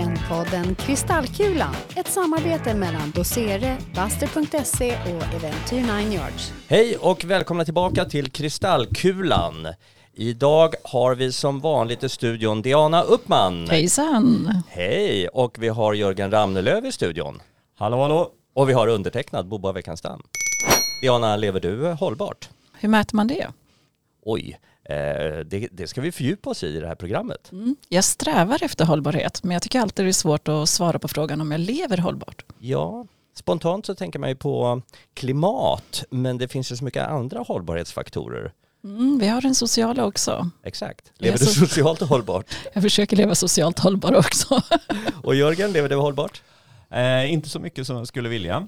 Trendpodden Kristallkulan, ett samarbete mellan Dosere, Buster.se och Eventyr 9 Yards. Hej och välkomna tillbaka till Kristallkulan. Idag har vi som vanligt i studion Diana Uppman. Hejsan! Hej, och vi har Jörgen Ramnelöv i studion. Hallå, hallå. Och vi har undertecknad Boba Weckanstam. Diana, lever du hållbart? Hur mäter man det? Oj, det ska vi fördjupa oss i det här programmet. Jag strävar efter hållbarhet, men jag tycker alltid det är svårt att svara på frågan om jag lever hållbart. Ja, spontant så tänker man ju på klimat, men det finns ju så mycket andra hållbarhetsfaktorer. Vi har den sociala också. Exakt. Lever du socialt hållbart? Jag försöker leva socialt hållbar också. Och Jörgen, lever du hållbart? Inte så mycket som jag skulle vilja.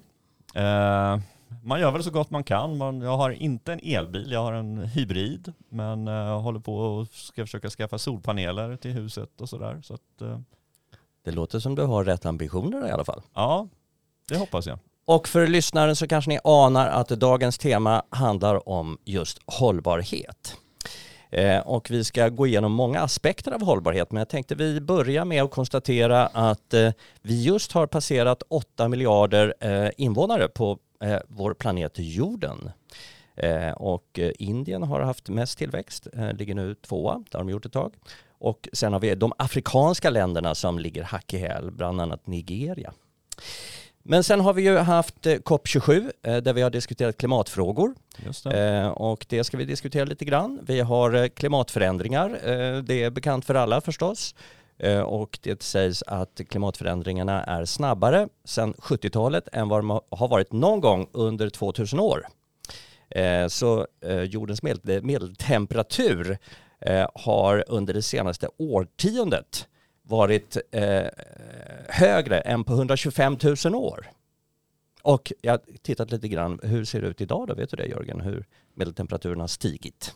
Man gör väl så gott man kan. Jag har inte en elbil, jag har en hybrid. Men jag håller på och ska försöka skaffa solpaneler till huset och sådär. Så att, Det låter som du har rätt ambitioner i alla fall. ja, det hoppas jag. Och för lyssnaren så kanske ni anar att dagens tema handlar om just hållbarhet. Och vi ska gå igenom många aspekter av hållbarhet, men jag tänkte vi börjar med att konstatera att vi just har passerat 8 miljarder invånare på vår planet jorden. Och Indien har haft mest tillväxt, ligger nu 2, det har de gjort ett tag. Och sen har vi de afrikanska länderna som ligger hack i häl, bland annat Nigeria. Men sen har vi ju haft COP27 där vi har diskuterat klimatfrågor. Just det. Och det ska vi diskutera lite grann. Vi har klimatförändringar, det är bekant för alla förstås. Och det sägs att klimatförändringarna är snabbare sedan 70-talet än vad de har varit någon gång under 2000 år. Så jordens medeltemperatur har under det senaste årtiondet varit högre än på 125 000 år. Och jag har tittat lite grann, hur ser det ut idag då? Vet du det, Jörgen? Hur medeltemperaturen har stigit?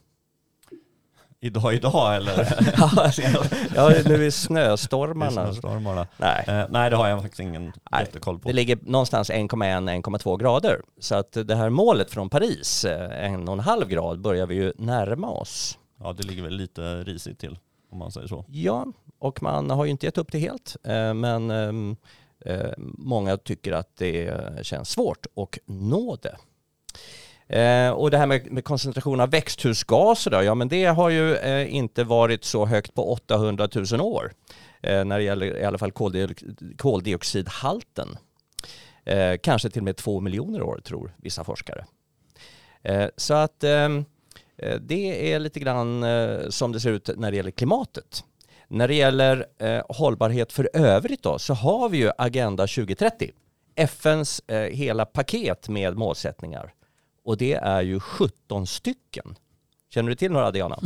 Idag eller? Ja, nu är snöstormarna. Nej, det har jag faktiskt ingen jättekoll på. Det ligger någonstans 1,1-1,2 grader. Så att det här målet från Paris, 1,5 grad, börjar vi ju närma oss. Ja, det ligger väl lite risigt till, om man säger så. Ja, och man har ju inte gett upp det helt, men många tycker att det känns svårt att nå det. Och det här med koncentration av växthusgaser då, ja men det har ju inte varit så högt på 800 000 år när det gäller i alla fall koldioxidhalten. Kanske till och med 2 miljoner år tror vissa forskare. Så att det är lite grann som det ser ut när det gäller klimatet. När det gäller hållbarhet för övrigt då, så har vi ju Agenda 2030. FNs hela paket med målsättningar. Och det är ju 17 stycken. Känner du till några, Diana?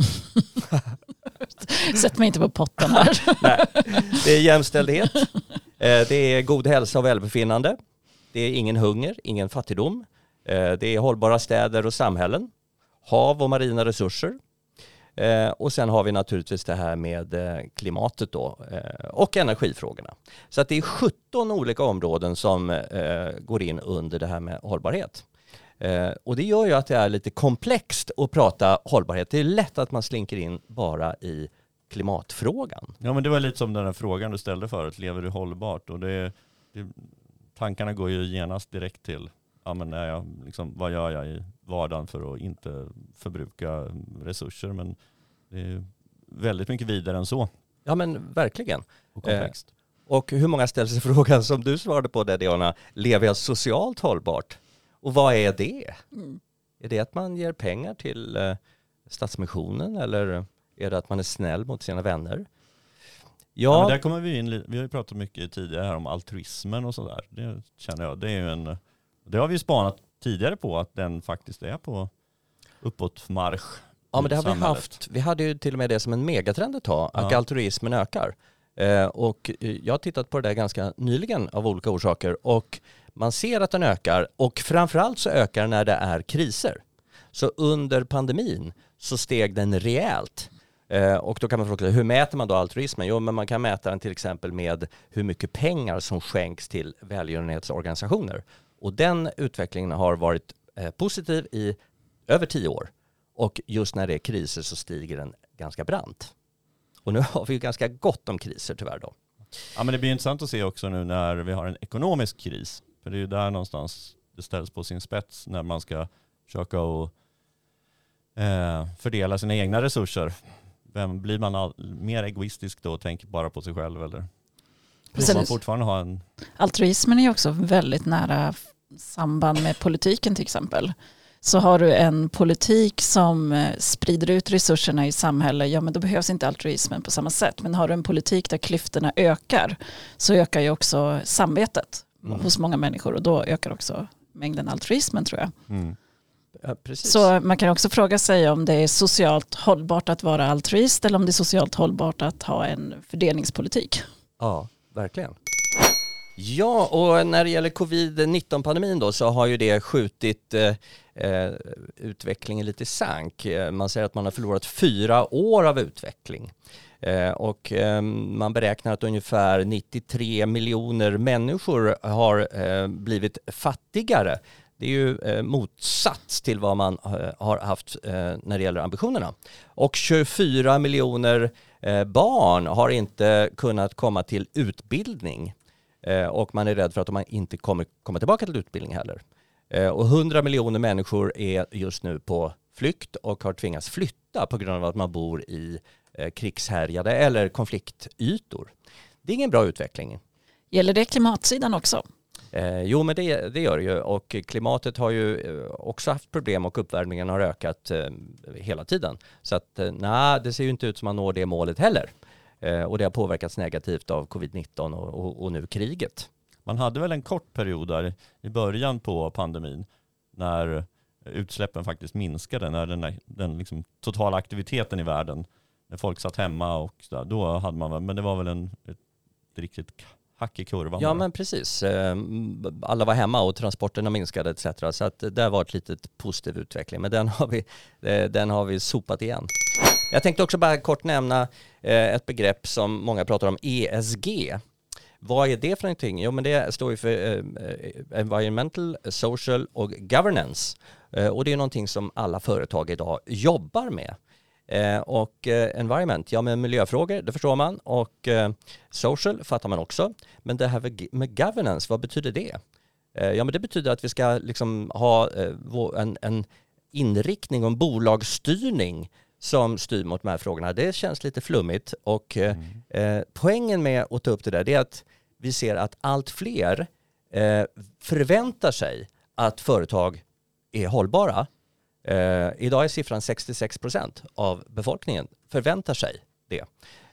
Sätt mig inte på potten här. Nej. Det är jämställdhet. Det är god hälsa och välbefinnande. Det är ingen hunger, ingen fattigdom. Det är hållbara städer och samhällen. Hav och marina resurser. Och sen har vi naturligtvis det här med klimatet då, och energifrågorna. Så att det är 17 olika områden som går in under det här med hållbarhet. Och det gör ju att det är lite komplext att prata hållbarhet. Det är lätt att man slinker in bara i klimatfrågan. Ja, men det var lite som den här frågan du ställde förut. Lever du hållbart? Och tankarna går ju genast direkt till vad gör jag i vardagen för att inte förbruka resurser? Men det är väldigt mycket vidare än så. Ja, men verkligen. Och komplext. Och hur många ställer sig frågan som du svarade på det, Diana? Lever jag socialt hållbart? Och vad är det? Är det att man ger pengar till Stadsmissionen eller är det att man är snäll mot sina vänner? Ja, men där kommer vi in. Vi har ju pratat mycket tidigare här om altruismen och sådär. Det känner jag. Det har vi spanat tidigare på att den faktiskt är på uppåtmarsch. Ja, men det har vi haft. Vi hade ju till och med det som en megatrend ett tag, att altruismen ökar. Och jag har tittat på det där ganska nyligen av olika orsaker och man ser att den ökar och framförallt så ökar när det är kriser. Så under pandemin så steg den rejält. Och då kan man fråga hur mäter man då altruismen? Jo, men man kan mäta den till exempel med hur mycket pengar som skänks till välgörenhetsorganisationer. Och den utvecklingen har varit positiv i över 10 år. Och just när det är kriser så stiger den ganska brant. Och nu har vi ju ganska gott om kriser tyvärr då. Ja, men det blir intressant att se också nu när vi har en ekonomisk kris. För det är ju där någonstans det ställs på sin spets när man ska försöka att fördela sina egna resurser. Blir man mer egoistisk då och tänker bara på sig själv, eller vill man fortfarande ha en... Altruismen är ju också väldigt nära samband med politiken till exempel. Så har du en politik som sprider ut resurserna i samhället, ja men då behövs inte altruismen på samma sätt. Men har du en politik där klyftorna ökar, så ökar ju också samvetet hos många människor, och då ökar också mängden altruismen, tror jag. Mm. Ja, precis. Så man kan också fråga sig om det är socialt hållbart att vara altruist eller om det är socialt hållbart att ha en fördelningspolitik. Ja, verkligen. Ja, och när det gäller covid-19-pandemin då, så har ju det skjutit utvecklingen lite i sank. Man säger att man har förlorat 4 år av utveckling. Och man beräknar att ungefär 93 miljoner människor har blivit fattigare. Det är ju motsats till vad man har haft när det gäller ambitionerna. Och 24 miljoner barn har inte kunnat komma till utbildning. Och man är rädd för att de inte kommer komma tillbaka till utbildning heller. Och 100 miljoner människor är just nu på flykt och har tvingats flytta på grund av att man bor i krigshärjade eller konfliktytor. Det är ingen bra utveckling. Gäller det klimatsidan också? Jo, men det gör det ju, och klimatet har ju också haft problem och uppvärmningen har ökat hela tiden. Så att det ser ju inte ut som man når det målet heller. Och det har påverkats negativt av covid-19 och nu kriget. Man hade väl en kort period där i början på pandemin när utsläppen faktiskt minskade, när den liksom totala aktiviteten i världen, när folk satt hemma och så där, då hade man, men det var väl ett riktigt hack i kurvan. Ja, men precis. Alla var hemma och transporterna minskade etc. Så att det var ett litet positiv utveckling, men den har vi sopat igen. Jag tänkte också bara kort nämna ett begrepp som många pratar om, ESG. Vad är det för någonting? Jo, men det står ju för Environmental, Social och Governance. Och det är någonting som alla företag idag jobbar med. Och environment, ja, men miljöfrågor, det förstår man. Och social fattar man också. Men det här med governance, vad betyder det? Ja, men det betyder att vi ska liksom ha en inriktning och en bolagsstyrning som styr mot de här frågorna. Det känns lite flummigt, och poängen med att ta upp det där är att vi ser att allt fler förväntar sig att företag är hållbara. Idag är siffran 66% av befolkningen förväntar sig det.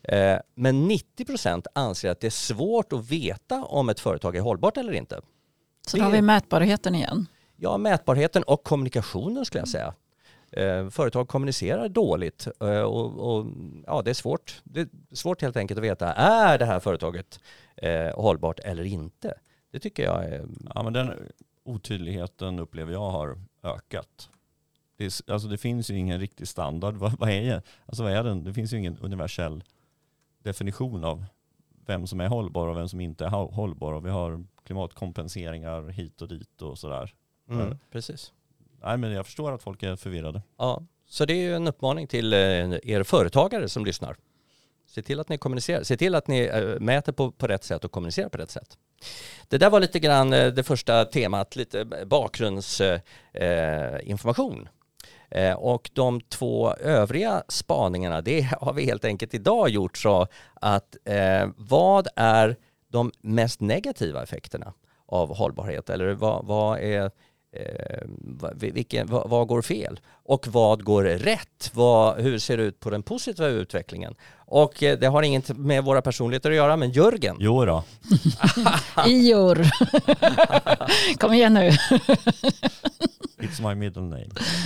Men 90% anser att det är svårt att veta om ett företag är hållbart eller inte. Så då har vi mätbarheten igen. Ja, mätbarheten och kommunikationen skulle jag säga. Företag kommunicerar dåligt och ja, det är svårt. Det är svårt helt enkelt att veta, är det här företaget hållbart eller inte? Det tycker jag är... Ja, men den otydligheten upplever jag har ökat. Det finns ju ingen riktig standard. Vad är den? Det finns ju ingen universell definition av vem som är hållbar och vem som inte är hållbar. Och vi har klimatkompenseringar hit och dit och sådär. Precis. Nej, men jag förstår att folk är förvirrade. Ja, så det är ju en uppmaning till er företagare som lyssnar. Se till att ni kommunicerar. Se till att ni mäter på rätt sätt och kommunicerar på rätt sätt. Det där var lite grann det första temat, lite bakgrundsinformation. Och de 2 övriga spaningarna, det har vi helt enkelt idag gjort så att vad är de mest negativa effekterna av hållbarhet? Eller vad går fel? Och vad går rätt? Hur ser det ut på den positiva utvecklingen? Och det har inget med våra personligheter att göra, men Jörgen. Jo då. Ior. Kom igen nu. It's my middle name.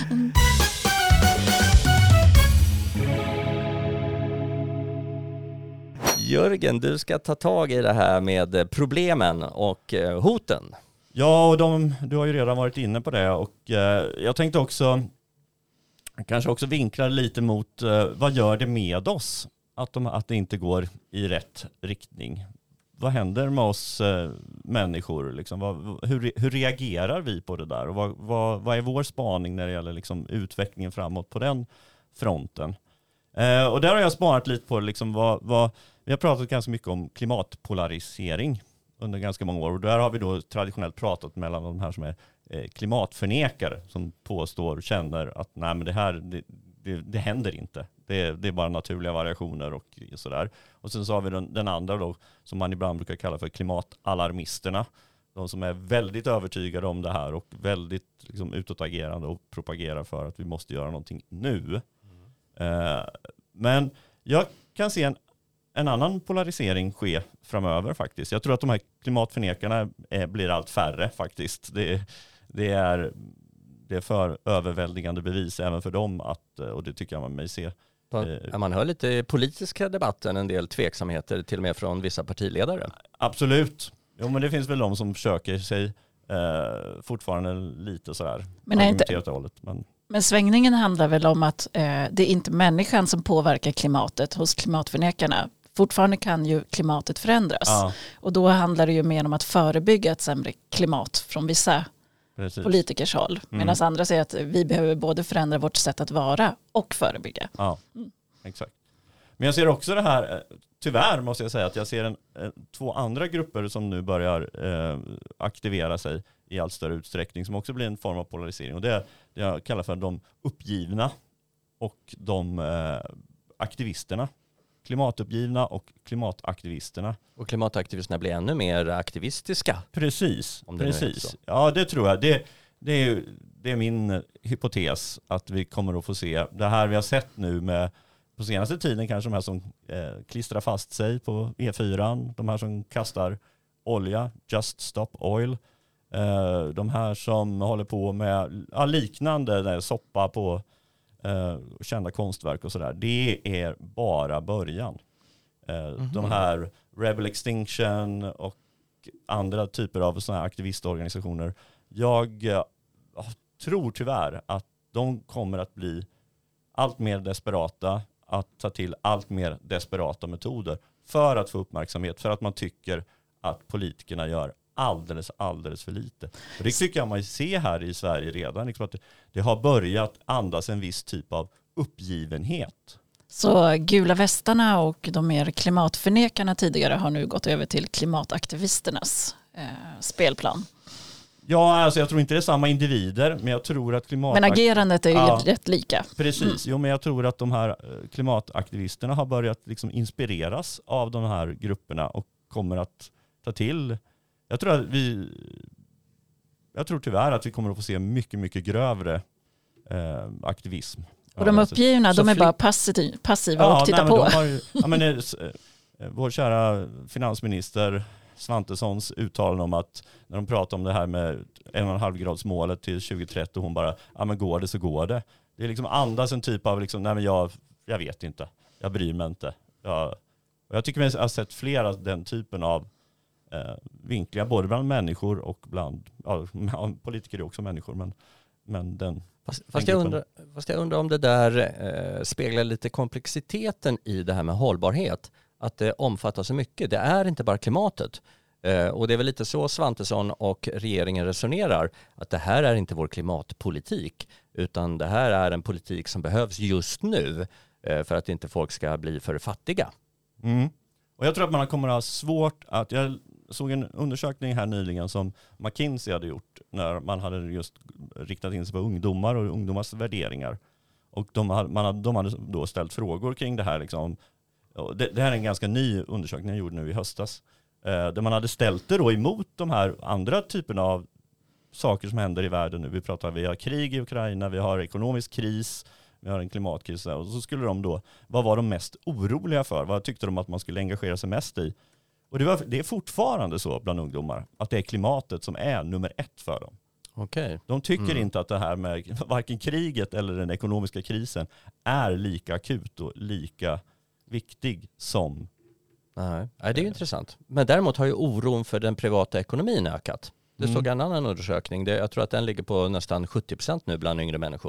Jörgen, du ska ta tag i det här med problemen och hoten. Ja, och du har ju redan varit inne på det, och jag tänkte också kanske också vinkla lite mot vad gör det med oss att det inte går i rätt riktning. Vad händer med oss människor? Liksom? Hur reagerar vi på det där? Och vad är vår spaning när det gäller liksom utvecklingen framåt på den fronten? Och där har jag sparat lite på liksom vad vi har pratat ganska mycket om klimatpolarisering under ganska många år. Och där har vi då traditionellt pratat mellan de här som är klimatförnekare som påstår och känner att nej, men det här det händer inte. Det är bara naturliga variationer och sådär. Och sen så har vi den andra då, som man ibland brukar kalla för klimatalarmisterna. De som är väldigt övertygade om det här och väldigt liksom utåtagerande och propagerar för att vi måste göra någonting nu. Men jag kan se en annan polarisering ske framöver faktiskt. Jag tror att de här klimatförnekarna blir allt färre faktiskt. Det är för överväldigande bevis även för dem och det tycker jag man mig se. Man hör lite i politiska debatten en del tveksamheter till och med från vissa partiledare. Absolut. Jo, men det finns väl de som försöker sig fortfarande lite sådär. Men svängningen handlar väl om att det är inte människan som påverkar klimatet hos klimatförnekarna. Fortfarande kan ju klimatet förändras. Ja. Och då handlar det ju mer om att förebygga ett sämre klimat från vissa politikers håll. Medan andra säger att vi behöver både förändra vårt sätt att vara och förebygga. Ja, exakt. Men jag ser också det här, tyvärr måste jag säga att jag ser två andra grupper som nu börjar aktivera sig i allt större utsträckning som också blir en form av polarisering. Och det jag kallar för de uppgivna och de aktivisterna. Klimatuppgivna och klimataktivisterna. Och klimataktivisterna blir ännu mer aktivistiska. Precis. Ja, det tror jag. Det är min hypotes att vi kommer att få se det här vi har sett nu med på senaste tiden kanske de här som klistrar fast sig på E4, de här som kastar olja, Just Stop Oil, de här som håller på med liknande soppa på kända konstverk och sådär. Det är bara början. De här Rebel Extinction och andra typer av sådana här aktivistorganisationer. Jag tror tyvärr att de kommer att bli allt mer desperata att ta till allt mer desperata metoder för att få uppmärksamhet, för att man tycker att politikerna gör alldeles för lite. Och det tycker jag man ser här i Sverige redan, liksom att det har börjat andas en viss typ av uppgivenhet. Så gula västarna och de mer klimatförnekarna tidigare har nu gått över till klimataktivisternas spelplan. Ja, alltså jag tror inte det är samma individer, men jag tror att Men agerandet är ju rätt lika. Precis, men jag tror att de här klimataktivisterna har börjat liksom inspireras av de här grupperna och kommer att ta till. Jag tror tyvärr att vi kommer att få se mycket grövre aktivism. Och de uppgivna, de är bara passiva och tittar på. Vår kära finansminister Svantessons uttalande om att när de pratar om det här med 1,5-gradsmålet till 2030 och hon bara, men går det så går det. Det är liksom andas en typ av liksom, nej men jag vet inte, jag bryr mig inte. Jag tycker vi har sett flera den typen av vinklingar både bland människor och bland politiker är också människor, men den. Fast jag undrar om det där speglar lite komplexiteten i det här med hållbarhet. Att det omfattar så mycket. Det är inte bara klimatet. Och det är väl lite så Svantesson och regeringen resonerar. Att det här är inte vår klimatpolitik. Utan det här är en politik som behövs just nu. För att inte folk ska bli för fattiga. Och jag tror att man kommer att ha svårt att... Jag såg en undersökning här nyligen som McKinsey hade gjort. När man hade just riktat in sig på ungdomar och ungdomars värderingar. Och de hade då ställt frågor kring det här liksom. Det här är en ganska ny undersökning jag gjorde nu i höstas. Där man hade ställt det då emot de här andra typerna av saker som händer i världen nu. Vi har krig i Ukraina, vi har ekonomisk kris, vi har en klimatkris. Och så skulle de då, vad var de mest oroliga för? Vad tyckte de att man skulle engagera sig mest i? Och det är fortfarande så bland ungdomar att det är klimatet som är nummer 1 för dem. Okay. De tycker inte att det här med varken kriget eller den ekonomiska krisen är lika akut och lika viktig som... Nej, det är ju intressant. Men däremot har ju oron för den privata ekonomin ökat. Det såg en annan undersökning. Jag tror att den ligger på nästan 70% nu bland yngre människor.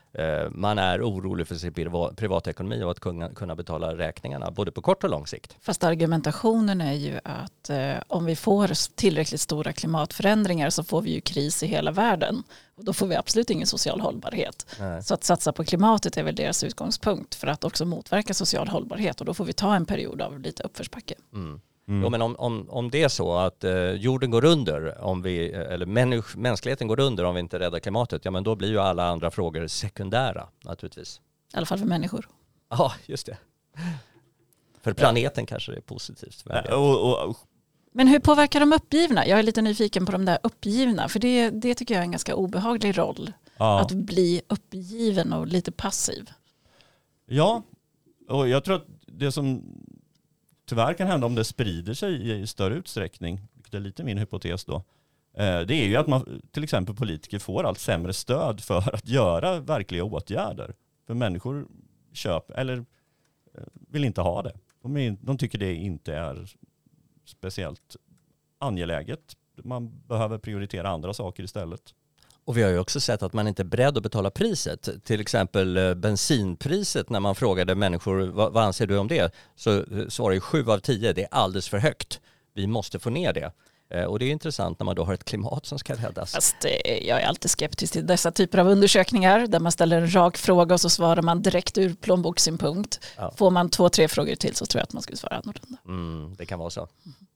Man är orolig för sin privatekonomi och att kunna betala räkningarna både på kort och lång sikt. Fast argumentationen är ju att om vi får tillräckligt stora klimatförändringar så får vi ju kris i hela världen. Och då får vi absolut ingen social hållbarhet. Nej. Så att satsa på klimatet är väl deras utgångspunkt för att också motverka social hållbarhet. Och då får vi ta en period av lite uppförsbacke. Jo, men om det är så att jorden går under, eller mänskligheten går under om vi inte räddar klimatet, ja men då blir ju alla andra frågor sekundära naturligtvis. I alla fall för människor. Ja, just det. För planeten kanske det är positivt. Men hur påverkar de uppgivna? Jag är lite nyfiken på de där uppgivna, för det tycker jag är en ganska obehaglig roll. Ja. Att bli uppgiven och lite passiv. Ja, och jag tror att det som tyvärr kan hända om det sprider sig i större utsträckning, vilket är lite min hypotes då, det är ju att man, till exempel politiker, får allt sämre stöd för att göra verkliga åtgärder. För människor eller vill inte ha det. De tycker det inte är speciellt angeläget. Man behöver prioritera andra saker istället. Och vi har ju också sett att man inte är beredd att betala priset. Till exempel bensinpriset, när man frågade människor vad anser du om det, så svarar ju 7 av 10 det är alldeles för högt. Vi måste få ner det. Och det är intressant när man då har ett klimat som ska räddas. Fast jag är alltid skeptisk till dessa typer av undersökningar där man ställer en rak fråga och så svarar man direkt ur plånbokssynpunkt. Ja. Får man 2-3 frågor till så tror jag att man skulle svara annorlunda. Det kan vara så.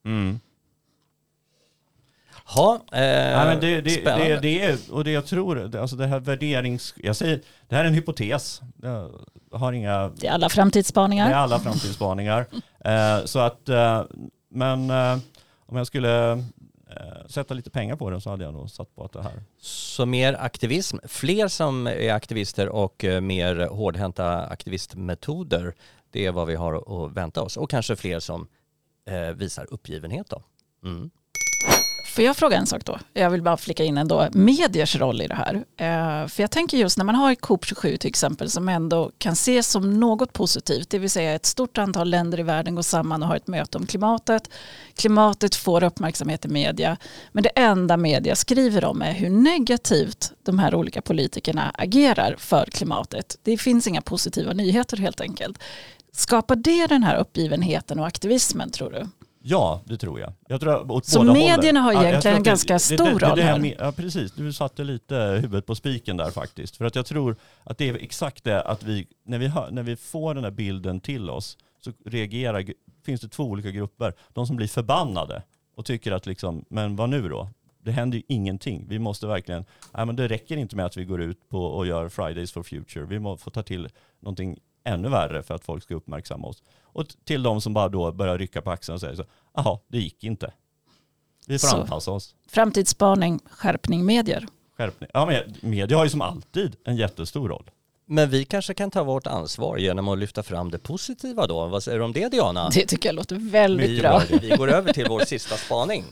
Men det är, och det jag tror, alltså det här jag säger, det här är en hypotes. Jag har inga... Det är alla framtidsspaningar. Det är alla framtidsspaningar. Så att, men om jag skulle sätta lite pengar på den så hade jag nog satt på att det här. Så mer aktivism, fler som är aktivister och mer hårdhänta aktivistmetoder, det är vad vi har att vänta oss. Och kanske fler som visar uppgivenhet då. Får jag fråga en sak då? Jag vill bara flicka in ändå mediers roll i det här. För jag tänker just när man har COP27 till exempel som ändå kan ses som något positivt, det vill säga ett stort antal länder i världen går samman och har ett möte om klimatet. Klimatet får uppmärksamhet i media, men det enda media skriver om är hur negativt de här olika politikerna agerar för klimatet. Det finns inga positiva nyheter helt enkelt. Skapar det den här uppgivenheten och aktivismen, tror du? Ja, det tror jag. Så medierna har egentligen en ganska stor roll här. Ja, precis. Du satte lite huvudet på spiken där faktiskt. För att jag tror att det är exakt det att när vi får den här bilden till oss så finns det 2 olika grupper. De som blir förbannade och tycker att men vad nu då? Det händer ju ingenting. Vi måste verkligen, men det räcker inte med att vi går ut på och gör Fridays for Future. Vi måste få ta till någonting ännu värre för att folk ska uppmärksamma oss. Och till de som bara då börjar rycka på axeln och säger så, jaha, det gick inte. Vi får anpassa oss. Framtidsspaning, skärpning, medier. Skärpning. Ja, men media har ju som alltid en jättestor roll. Men vi kanske kan ta vårt ansvar genom att lyfta fram det positiva då. Vad säger du om det, Diana? Det tycker jag låter väldigt bra. Vi går över till vår sista spaning.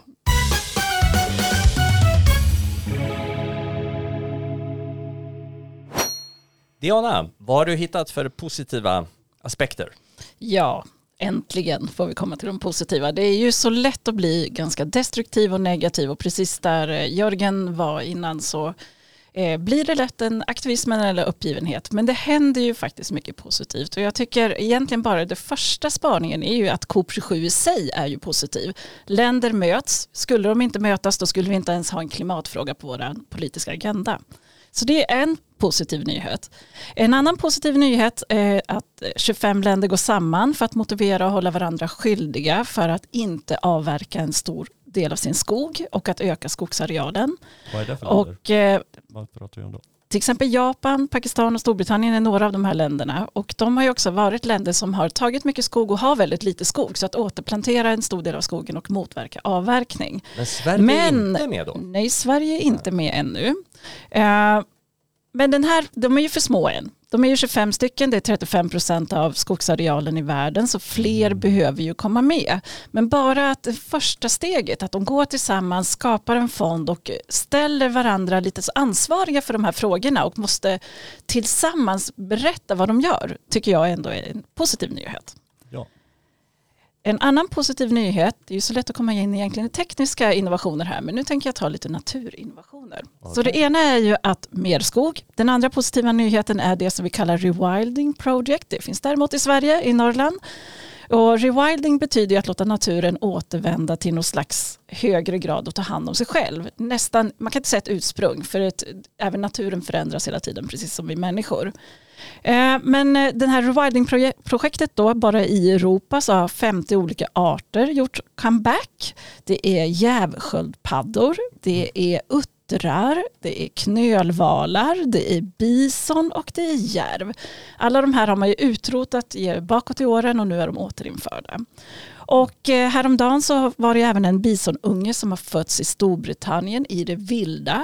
Diana, vad har du hittat för positiva aspekter? Ja, äntligen får vi komma till de positiva. Det är ju så lätt att bli ganska destruktiv och negativ och precis där Jörgen var innan så blir det lätt en aktivism eller uppgivenhet. Men det händer ju faktiskt mycket positivt och jag tycker egentligen bara det första spaningen är ju att COP27 i sig är ju positiv. Länder möts, skulle de inte mötas då skulle vi inte ens ha en klimatfråga på vår politiska agenda. Så det är en positiv nyhet. En annan positiv nyhet är att 25 länder går samman för att motivera och hålla varandra skyldiga för att inte avverka en stor del av sin skog och att öka skogsarealen. Vad är det för länder? Vad pratar vi om då? Till exempel Japan, Pakistan och Storbritannien är några av de här länderna och de har ju också varit länder som har tagit mycket skog och har väldigt lite skog så att återplantera en stor del av skogen och motverka avverkning. Men Sverige är inte med då? Nej, Sverige är inte med ännu. Men de är ju för små än. De är ju 25 stycken, det är 35% av skogsarealen i världen så fler behöver ju komma med. Men bara att det första steget, att de går tillsammans, skapar en fond och ställer varandra lite ansvariga för de här frågorna och måste tillsammans berätta vad de gör, tycker jag ändå är en positiv nyhet. Ja. En annan positiv nyhet, det är ju så lätt att komma in egentligen i tekniska innovationer här, men nu tänker jag ta lite naturinnovationer. Okay. Så det ena är ju att mer skog. Den andra positiva nyheten är det som vi kallar Rewilding Project. Det finns däremot i Sverige, i Norrland. Och rewilding betyder ju att låta naturen återvända till någon slags högre grad och ta hand om sig själv. Nästan, man kan inte säga ett ursprung, för även naturen förändras hela tiden, precis som vi människor. Men den här rewilding-projektet då, bara i Europa så har 50 olika arter gjort comeback. Det är jävsköldpaddor, det är uttrar, det är knölvalar, det är bison och det är järv. Alla de här har man ju utrotat bakåt i åren och nu är de återinförda. Och häromdagen så var det även en bisonunge som har fötts i Storbritannien i det vilda.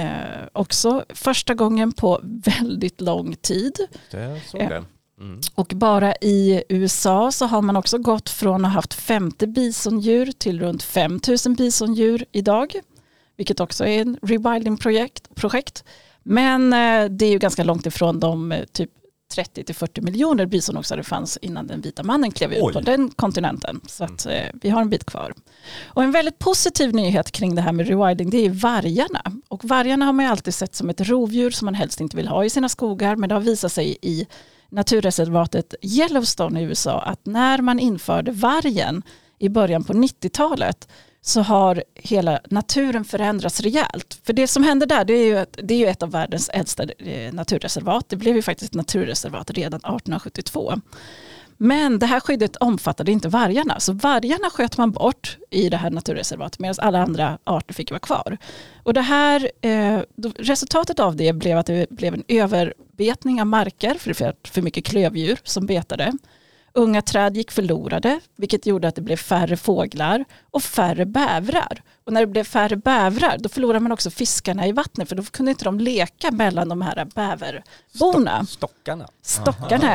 Också första gången på väldigt lång tid. Det såg det. Mm. Och bara i USA så har man också gått från att ha haft 50 bisondjur till runt 5000 bisondjur idag. Vilket också är en rewilding-projekt. Men det är ju ganska långt ifrån de typ 30-40 miljoner bison också det fanns innan den vita mannen klev ut på den kontinenten. Så att vi har en bit kvar. Och en väldigt positiv nyhet kring det här med rewilding, det är vargarna. Och vargarna har man ju alltid sett som ett rovdjur som man helst inte vill ha i sina skogar. Men det har visat sig i naturreservatet Yellowstone i USA att när man införde vargen i början på 90-talet så har hela naturen förändrats rejält. För det som hände där, det är ju ett av världens äldsta naturreservat. Det blev ju faktiskt naturreservat redan 1872. Men det här skyddet omfattade inte vargarna. Så vargarna sköt man bort i det här naturreservatet medan alla andra arter fick vara kvar. Och det här, resultatet av det blev att det blev en överbetning av marker för mycket klövdjur som betade. Unga träd gick förlorade, vilket gjorde att det blev färre fåglar och färre bävrar. Och när det blev färre bävrar, då förlorade man också fiskarna i vattnet, för då kunde inte de leka mellan de här bäverborna. Stockarna.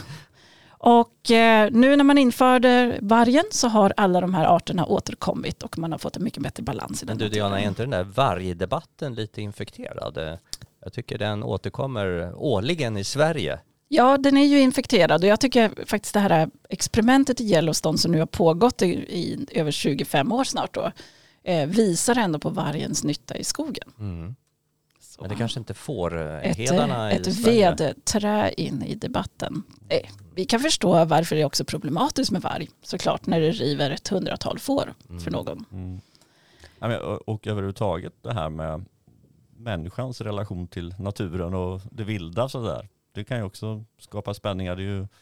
Och nu när man införde vargen så har alla de här arterna återkommit och man har fått en mycket bättre balans i den. Men du Diana, är inte den där vargdebatten lite infekterad? Jag tycker den återkommer årligen i Sverige. Ja, den är ju infekterad och jag tycker faktiskt det här experimentet i Yellowstone som nu har pågått i över 25 år snart då, visar ändå på vargens nytta i skogen. Mm. Men det kanske inte får hedarna ett vedträ in i debatten. Vi kan förstå varför det är också problematiskt med varg, såklart, när det river ett 100-tal får för någon. Mm. Och överhuvudtaget det här med människans relation till naturen och det vilda sådär. Det kan ju också skapa spänningar. Det är ju,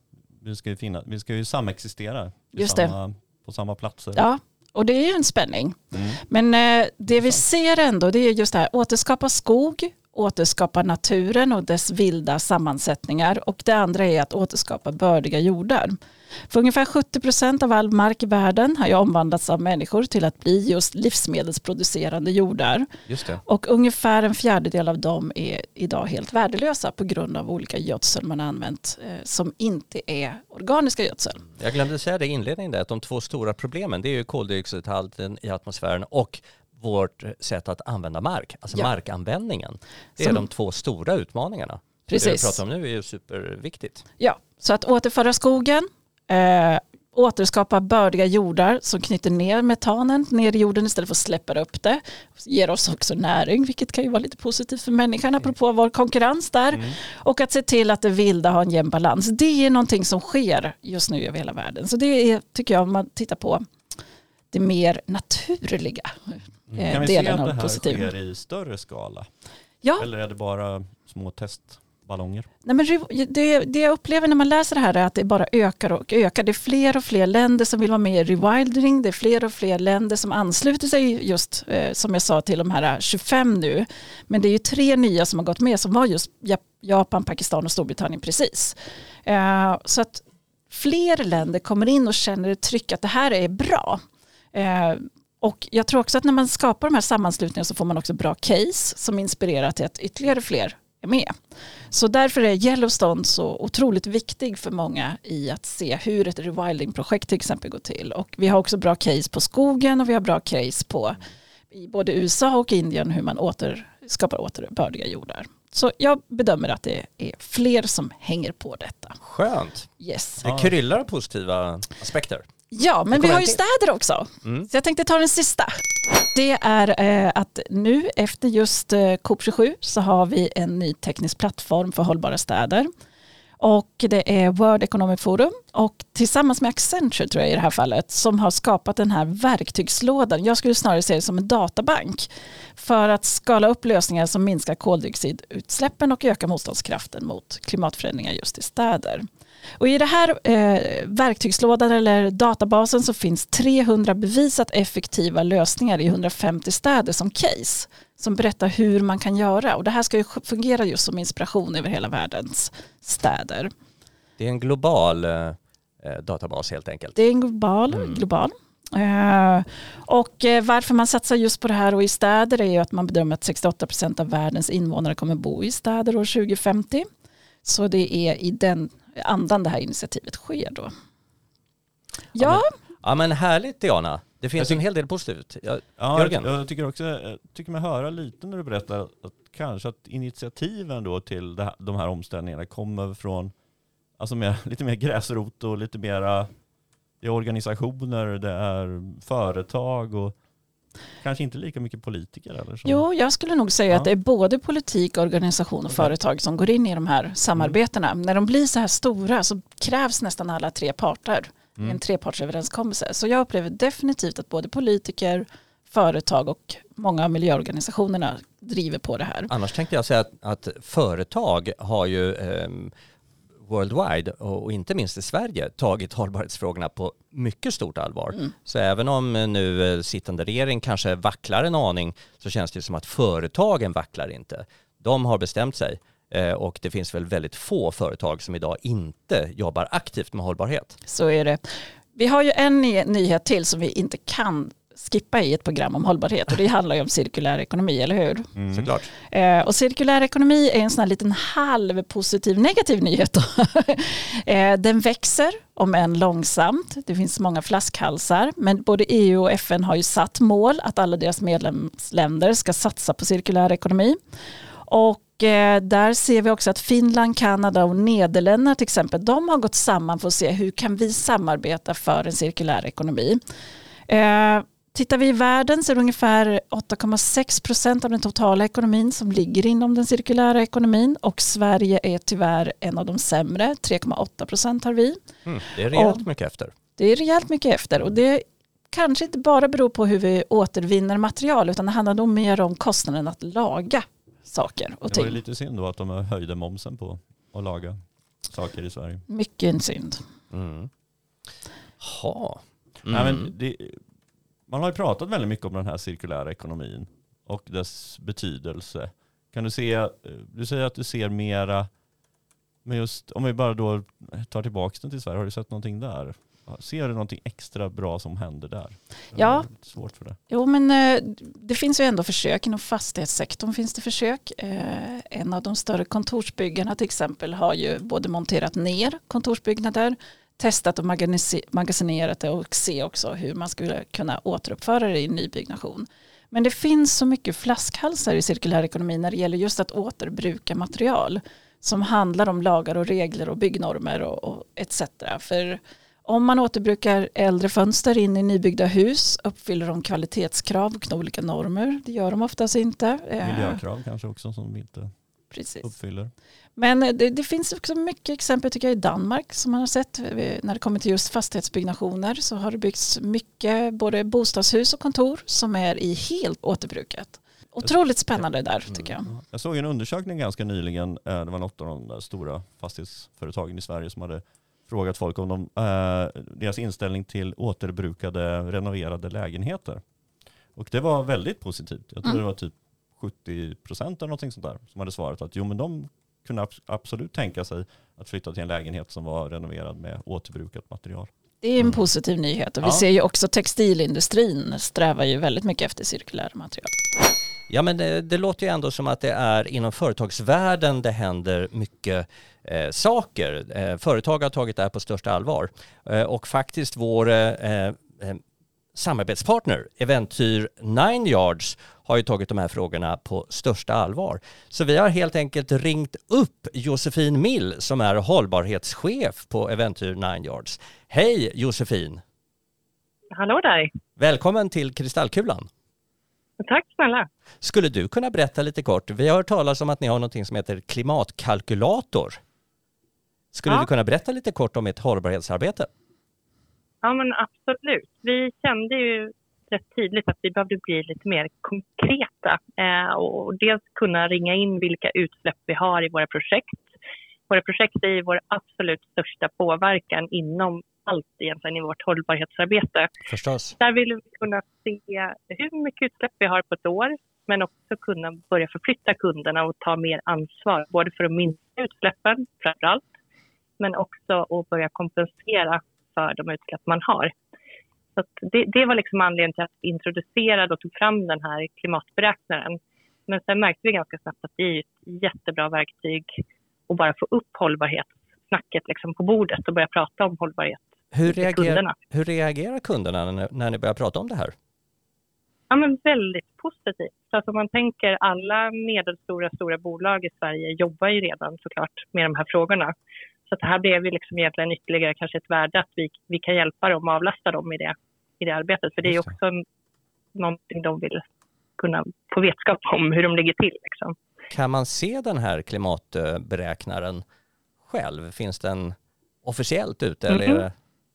vi ska ju samexistera på samma platser. Ja, och det är ju en spänning. Men det vi ser ändå, det är just det här, återskapa skog, återskapa naturen och dess vilda sammansättningar. Och det andra är att återskapa bördiga jordar. För ungefär 70% av all mark i världen har ju omvandlats av människor till att bli just livsmedelsproducerande jordar. Just det. Och ungefär 1/4 av dem är idag helt värdelösa på grund av olika gödsel man har använt som inte är organiska gödsel. Jag glömde säga det i inledningen där, att de 2 stora problemen, det är ju koldioxidhalten i atmosfären och vårt sätt att använda mark, alltså markanvändningen. Det är de 2 stora utmaningarna. Precis. Det vi pratar om nu är ju superviktigt. Ja, så att återföra skogen, återskapa bördiga jordar som knyter ner metanen ner i jorden istället för att släppa upp det. Ger oss också näring, vilket kan ju vara lite positivt för människan apropå vår konkurrens där. Och att se till att det vilda har en jämn balans. Det är någonting som sker just nu över hela världen. Så det är, tycker jag, om man tittar på det mer naturliga kan vi se att det här sker i större skala? Ja. Eller är det bara små testballonger? Nej, men det jag upplever när man läser det här är att det bara ökar och ökar. Det är fler och fler länder som vill vara med i rewilding. Det är fler och fler länder som ansluter sig just, som jag sa, till de här 25 nu. Men det är ju 3 nya som har gått med som var just Japan, Pakistan och Storbritannien precis. Så att fler länder kommer in och känner ett tryck att det här är bra. Och jag tror också att när man skapar de här sammanslutningarna så får man också bra case som inspirerar till att ytterligare fler är med. Så därför är Yellowstone så otroligt viktig för många i att se hur ett rewilding-projekt till exempel går till. Och vi har också bra case på skogen och vi har bra case på i både USA och Indien hur man skapar återbördiga jordar. Så jag bedömer att det är fler som hänger på detta. Skönt. Yes. Det kryllar positiva aspekter. Ja, men vi har ju städer också. Så jag tänkte ta den sista. Det är att nu efter just COP27 så har vi en ny teknisk plattform för hållbara städer. Och det är World Economic Forum och tillsammans med Accenture tror jag i det här fallet som har skapat den här verktygslådan. Jag skulle snarare se det som en databank för att skala upp lösningar som minskar koldioxidutsläppen och ökar motståndskraften mot klimatförändringar just i städer. Och i det här verktygslådan eller databasen så finns 300 bevisat effektiva lösningar i 150 städer som case som berättar hur man kan göra. Och det här ska ju fungera just som inspiration över hela världens städer. Det är en global databas helt enkelt. Det är en global. Och varför man satsar just på det här och i städer är ju att man bedömer att 68% av världens invånare kommer bo i städer år 2050. Så det är i den andan det här initiativet sker då. Ja. Ja men härligt Diana. Det finns en hel del positivt. Jörgen? Jag tycker mig höra lite när du berättar att kanske att initiativen då till de här omställningarna kommer från alltså lite mer gräsrot och lite mera det är organisationer, det är företag och kanske inte lika mycket politiker eller så. Jo, jag skulle nog säga att det är både politik, organisation och företag som går in i de här samarbetena. När de blir så här stora så krävs nästan alla tre parter. En trepartsöverenskommelse. Så jag upplever definitivt att både politiker, företag och många av miljöorganisationerna driver på det här. Annars tänkte jag säga att företag har ju worldwide och inte minst i Sverige tagit hållbarhetsfrågorna på mycket stort allvar. Så även om nu sittande regering kanske vacklar en aning så känns det som att företagen vacklar inte. De har bestämt sig och det finns väl väldigt få företag som idag inte jobbar aktivt med hållbarhet. Så är det. Vi har ju en nyhet till som vi inte kan skippa i ett program om hållbarhet och det handlar ju om cirkulär ekonomi, eller hur? Såklart. Och cirkulär ekonomi är en sån här liten halvpositiv negativ nyhet. Den växer om än långsamt. Det finns många flaskhalsar men både EU och FN har ju satt mål att alla deras medlemsländer ska satsa på cirkulär ekonomi. Och där ser vi också att Finland, Kanada och Nederländerna till exempel, de har gått samman för att se hur kan vi samarbeta för en cirkulär ekonomi. Tittar vi i världen så är det ungefär 8,6% av den totala ekonomin som ligger inom den cirkulära ekonomin och Sverige är tyvärr en av de sämre, 3,8% har vi. Det är rejält mycket efter. Det är rejält mycket efter och det kanske inte bara beror på hur vi återvinner material utan det handlar nog mer om kostnaden att laga saker och ting. Det var lite synd då att de höjde momsen på att laga saker i Sverige. Mycket en synd. Nej, men man har ju pratat väldigt mycket om den här cirkulära ekonomin och dess betydelse. Kan du säger att du ser mera, men just om vi bara då tar tillbaka den till Sverige, har du sett någonting där? Ser du någonting extra bra som händer där? Ja. Det är svårt för det. Jo, men det finns ju ändå försök inom fastighetssektorn finns det försök. En av de större kontorsbyggarna till exempel har ju både monterat ner kontorsbyggnader, testat och magasinerat det och se också hur man skulle kunna återuppföra det i nybyggnation. Men det finns så mycket flaskhalsar i cirkulär ekonomi när det gäller just att återbruka material som handlar om lagar och regler och byggnormer och etc. För om man återbrukar äldre fönster in i nybyggda hus uppfyller de kvalitetskrav och olika normer. Det gör de oftast inte. Miljökrav kanske också som vi inte uppfyller. Men det finns också mycket exempel tycker jag i Danmark som man har sett när det kommer till just fastighetsbyggnationer så har det byggts mycket både bostadshus och kontor som är i helt återbrukat. Otroligt spännande där tycker jag. Jag såg en undersökning ganska nyligen, det var något av de där stora fastighetsföretagen i Sverige som hade frågat folk om deras inställning till återbrukade renoverade lägenheter. Och det var väldigt positivt. Jag tror det var typ 70% eller någonting sånt där som hade svarat att jo men de kunde absolut tänka sig att flytta till en lägenhet som var renoverad med återbrukat material. Det är en positiv nyhet och vi ser ju också textilindustrin strävar ju väldigt mycket efter cirkulära material. Ja men det låter ju ändå som att det är inom företagsvärlden det händer mycket saker. Företag har tagit det här på största allvar och faktiskt vår samarbetspartner Eventyr 9 Yards har ju tagit de här frågorna på största allvar. Så vi har helt enkelt ringt upp Josefin Mill som är hållbarhetschef på Eventyr 9 Yards. Hej Josefin! Hallå där. Välkommen till Kristallkulan. Tack snälla. Skulle du kunna berätta lite kort? Vi har hört talas om att ni har något som heter klimatkalkylator. Skulle du kunna berätta lite kort om ert hållbarhetsarbete? Ja, men absolut. Vi kände ju rätt tydligt att vi behövde bli lite mer konkreta och dels kunna ringa in vilka utsläpp vi har i våra projekt. Våra projekt är vår absolut största påverkan inom allt egentligen i vårt hållbarhetsarbete. Förstås. Där vill vi kunna se hur mycket utsläpp vi har på ett år, men också kunna börja förflytta kunderna och ta mer ansvar, både för att minska utsläppen framförallt, men också att börja kompensera för de utsläpp man har. Så att det var liksom anledningen till att vi introducerade och tog fram den här klimatberäknaren. Men sen märkte vi ganska snabbt att det är ett jättebra verktyg att bara få upp hållbarhetssnacket liksom på bordet och börja prata om hållbarhet. Hur reagerar kunderna när ni börjar prata om det här? Ja, men väldigt positivt. Så att om man tänker, alla stora bolag i Sverige jobbar ju redan såklart med de här frågorna. Så att det här blev ju liksom egentligen ytterligare kanske ett värde att vi kan hjälpa dem och avlasta dem i det arbetet. För det är ju också någonting de vill kunna få vetskap om hur de ligger till. Liksom. Kan man se den här klimatberäknaren själv? Finns den officiellt ute? Eller är det...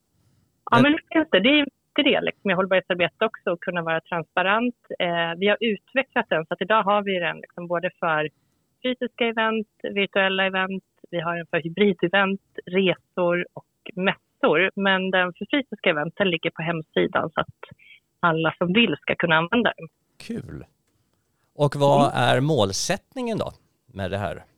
Ja, men det finns det. Det är det liksom, i hållbarhetsarbete också, att kunna vara transparent. Vi har utvecklat den så att idag har vi den liksom både för fysiska event, virtuella event, vi har den för hybridevent, resor och mässor. Men den för fysiska eventen ligger på hemsidan så att alla som vill ska kunna använda den. Kul. Och vad är målsättningen då med det här?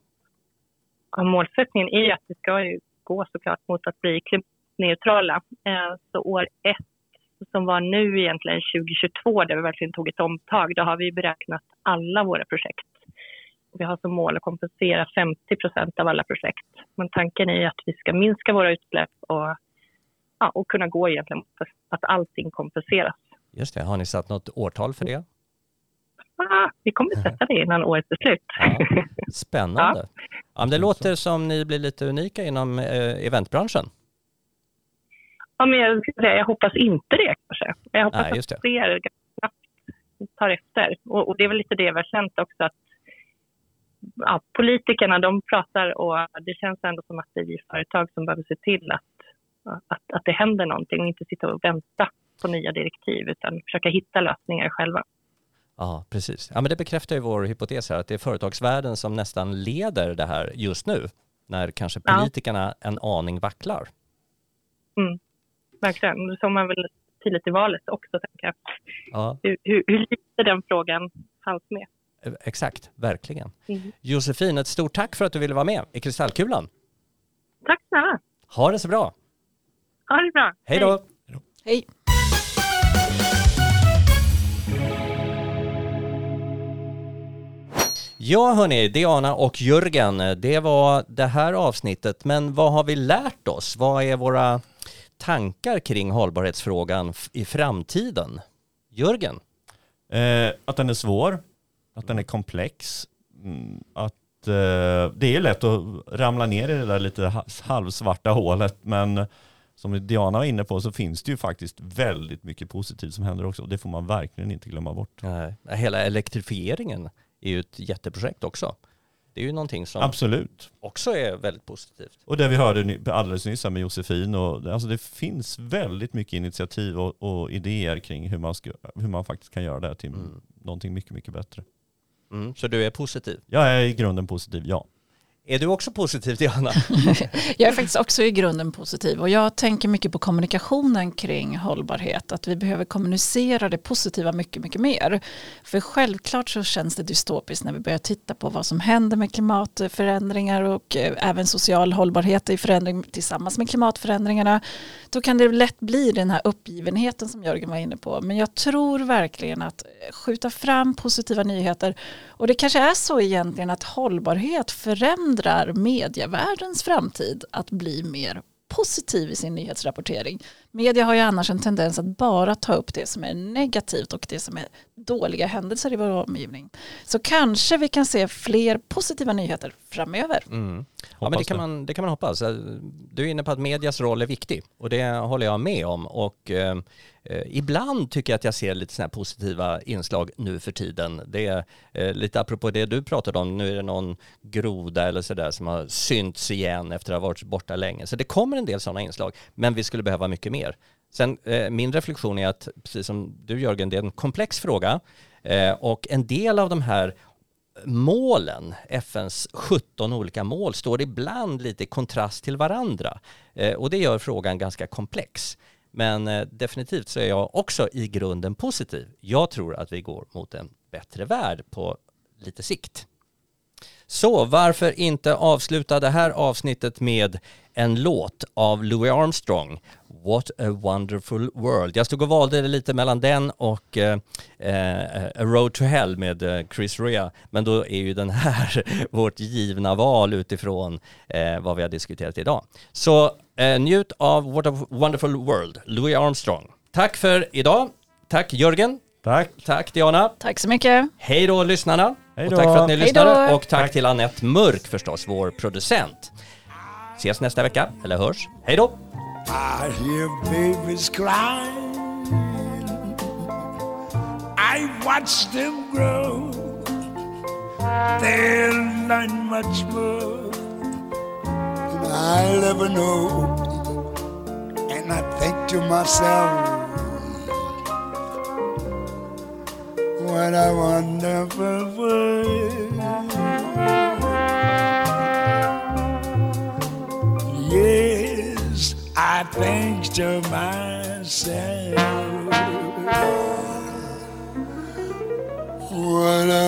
Ja, målsättningen är att vi ska ju gå såklart mot att bli klimatneutrala. Så år 1 som var nu egentligen 2022 där vi verkligen tog ett omtag, då har vi beräknat alla våra projekt. Vi har som mål att kompensera 50% av alla projekt. Men tanken är att vi ska minska våra utsläpp och kunna gå egentligen för att allting kompenseras. Just det, har ni satt något årtal för det? Vi kommer att sätta det innan året är slut. Ja, spännande. Ja, men det låter som ni blir lite unika inom eventbranschen. Ja, men jag hoppas inte det kanske. Jag hoppas att fler tar efter. Och det är väl lite det vi har känt också, att politikerna de pratar och det känns ändå som att det är vi företag som behöver se till att det händer någonting och inte sitta och vänta på nya direktiv utan försöka hitta lösningar själva. Ja, precis. Ja, men det bekräftar ju vår hypotes här att det är företagsvärlden som nästan leder det här just nu när kanske politikerna en aning vacklar. Verkligen. Det såg man väl tydligt i valet också, tänker jag. Ja. Hur lite den frågan fanns med. Exakt, verkligen. Josefin, ett stort tack för att du ville vara med i Kristallkulan. Tack snälla. Ha det så bra. Ha det bra. Hej då. Hej. Ja hörni, Diana och Jörgen, det var det här avsnittet. Men vad har vi lärt oss? Vad är våra tankar kring hållbarhetsfrågan i framtiden? Jörgen? Att den är svår, att den är komplex, att det är lätt att ramla ner i det där lite halvsvarta hålet, men som Diana var inne på så finns det ju faktiskt väldigt mycket positivt som händer också och det får man verkligen inte glömma bort. Nej, hela elektrifieringen är ju ett jätteprojekt också. Det är ju någonting som absolut också är väldigt positivt. Och det vi hörde alldeles nyss med Josefin, och alltså det finns väldigt mycket initiativ och idéer kring hur man faktiskt kan göra det här till någonting mycket, mycket bättre. Så du är positiv? Jag är i grunden positiv, ja. Är du också positiv, Diana? Jag är faktiskt också i grunden positiv och jag tänker mycket på kommunikationen kring hållbarhet. Att vi behöver kommunicera det positiva mycket, mycket mer. För självklart så känns det dystopiskt när vi börjar titta på vad som händer med klimatförändringar och även social hållbarhet i förändring tillsammans med klimatförändringarna. Då kan det lätt bli den här uppgivenheten som Jörgen var inne på. Men jag tror verkligen att skjuta fram positiva nyheter, och det kanske är så egentligen att hållbarhet förändrar medievärldens framtid att bli mer positiv i sin nyhetsrapportering. Media har ju annars en tendens att bara ta upp det som är negativt och det som är dåliga händelser i vår omgivning. Så kanske vi kan se fler positiva nyheter framöver. Ja, men det kan man hoppas. Du är inne på att medias roll är viktig och det håller jag med om. Och ibland tycker jag att jag ser lite såna här positiva inslag nu för tiden. Det är lite apropå det du pratade om. Nu är det någon groda eller sådär som har synts igen efter att ha varit borta länge. Så det kommer en del sådana inslag, men vi skulle behöva mycket mer. Sen min reflektion är att, precis som du Jörgen, det är en komplex fråga och en del av de här målen, FNs 17 olika mål, står ibland lite i kontrast till varandra och det gör frågan ganska komplex. Men definitivt så är jag också i grunden positiv. Jag tror att vi går mot en bättre värld på lite sikt. Så varför inte avsluta det här avsnittet med en låt av Louis Armstrong, What a Wonderful World. Jag stod och valde lite mellan den och A Road to Hell med Chris Rea, men då är ju den här vårt givna val utifrån vad vi har diskuterat idag. Så njut av What a Wonderful World, Louis Armstrong. Tack för idag. Tack Jörgen. Tack Diana. Tack så mycket. Hej då lyssnarna. Hej då. Och tack för att ni lyssnade. Hejdå. Och tack till Annette Mörk förstås, vår producent. Ses nästa vecka, eller hörs. Hej då. I hear babies crying, I watch them grow, they'll learn much more than I'll ever know. And I think to myself, what a wonderful world. Yes, I think to myself, what a